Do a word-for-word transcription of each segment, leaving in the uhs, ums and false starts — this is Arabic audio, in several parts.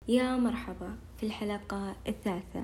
يا مرحبا في الحلقة الثالثة.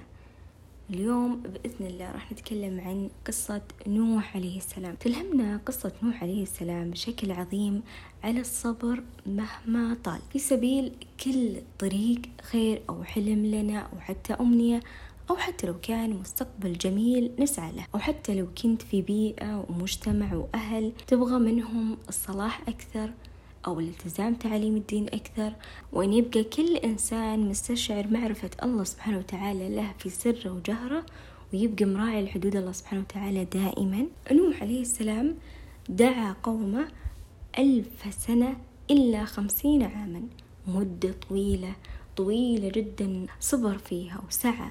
اليوم بإذن الله راح نتكلم عن قصة نوح عليه السلام. تلهمنا قصة نوح عليه السلام بشكل عظيم على الصبر مهما طال، في سبيل كل طريق خير أو حلم لنا أو حتى أمنية، أو حتى لو كان مستقبل جميل نسعى له، أو حتى لو كنت في بيئة ومجتمع وأهل تبغى منهم الصلاح أكثر أو الالتزام تعاليم الدين أكثر، وأن يبقى كل إنسان مستشعر معرفة الله سبحانه وتعالى له في سره وجهره، ويبقى مراعي الحدود الله سبحانه وتعالى دائما. نوح عليه السلام دعا قومه ألف سنة إلا خمسين عاما، مدة طويلة طويلة جدا صبر فيها وسعى.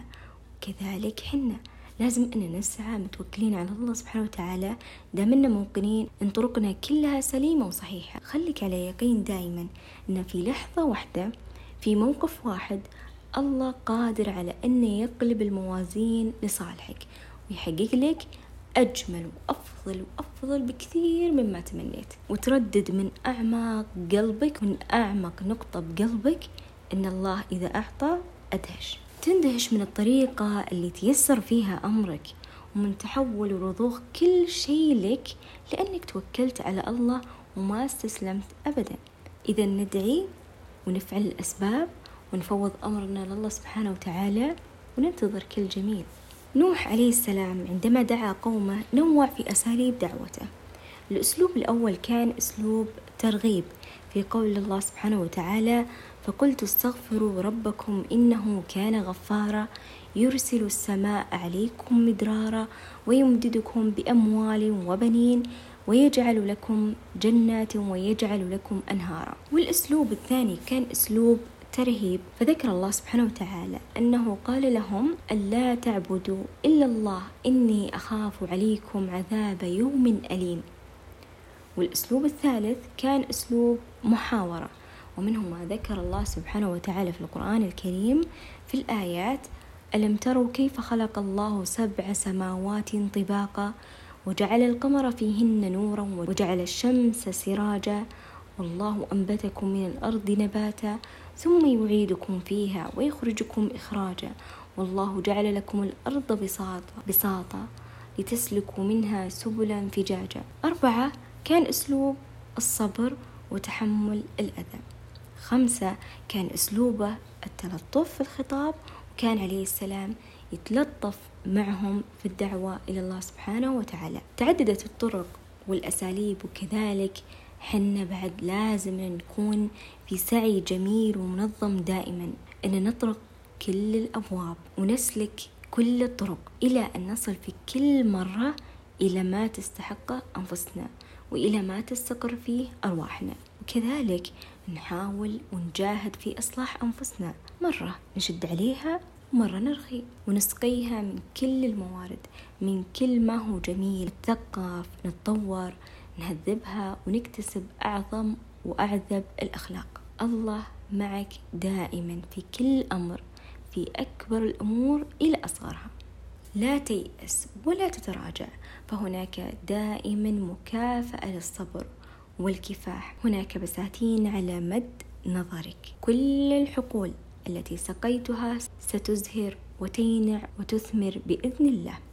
كذلك حنا لازم أن نسعى متوكلين على الله سبحانه وتعالى، دامنا موقنين أن طرقنا كلها سليمة وصحيحة. خليك على يقين دائما أن في لحظة واحدة، في موقف واحد، الله قادر على أن يقلب الموازين لصالحك ويحقق لك أجمل وأفضل وأفضل بكثير مما تمنيت. وتردد من أعماق قلبك، من أعمق نقطة بقلبك، أن الله إذا أعطى أدهش. تندهش من الطريقة اللي تيسر فيها أمرك، ومن تحول ورضوخ كل شيء لك، لأنك توكلت على الله وما استسلمت أبدا. إذا ندعي ونفعل الأسباب ونفوض أمرنا لله سبحانه وتعالى وننتظر كل جميل. نوح عليه السلام عندما دعا قومه نوع في أساليب دعوته. الأسلوب الأول كان أسلوب ترغيب في قول الله سبحانه وتعالى: فقلت استغفروا ربكم إنه كان غفارا يرسل السماء عليكم مدرارا ويمددكم بأموال وبنين ويجعل لكم جنات ويجعل لكم أنهارا. والأسلوب الثاني كان أسلوب ترهيب، فذكر الله سبحانه وتعالى أنه قال لهم: ألا تعبدوا إلا الله إني أخاف عليكم عذاب يوم أليم. والأسلوب الثالث كان أسلوب محاورة، ومنه ما ذكر الله سبحانه وتعالى في القرآن الكريم في الآيات: ألم تروا كيف خلق الله سبع سماوات طباقا وجعل القمر فيهن نورا وجعل الشمس سراجا والله أنبتكم من الأرض نباتا ثم يعيدكم فيها ويخرجكم إخراجا والله جعل لكم الأرض بساطا بساطا لتسلكوا منها سبلا فجاجا. أربعة كان أسلوب الصبر وتحمل الأذى. خمسة كان أسلوبه التلطف في الخطاب، وكان عليه السلام يتلطف معهم في الدعوة إلى الله سبحانه وتعالى. تعددت الطرق والأساليب، وكذلك حنا بعد لازم نكون في سعي جميل ومنظم دائما، أن نطرق كل الأبواب ونسلك كل الطرق إلى أن نصل في كل مرة إلى ما تستحق أنفسنا وإلى ما تستقر فيه أرواحنا. وكذلك نحاول ونجاهد في إصلاح أنفسنا، مرة نشد عليها ومرة نرخي، ونسقيها من كل الموارد، من كل ما هو جميل، نتثقف، نتطور، نهذبها ونكتسب أعظم وأعذب الأخلاق. الله معك دائما في كل أمر، في أكبر الأمور إلى أصغرها. لا تيأس ولا تتراجع، فهناك دائما مكافأة للصبر والكفاح. هناك بساتين على مد نظرك. كل الحقول التي سقيتها ستزهر وتينع وتثمر بإذن الله.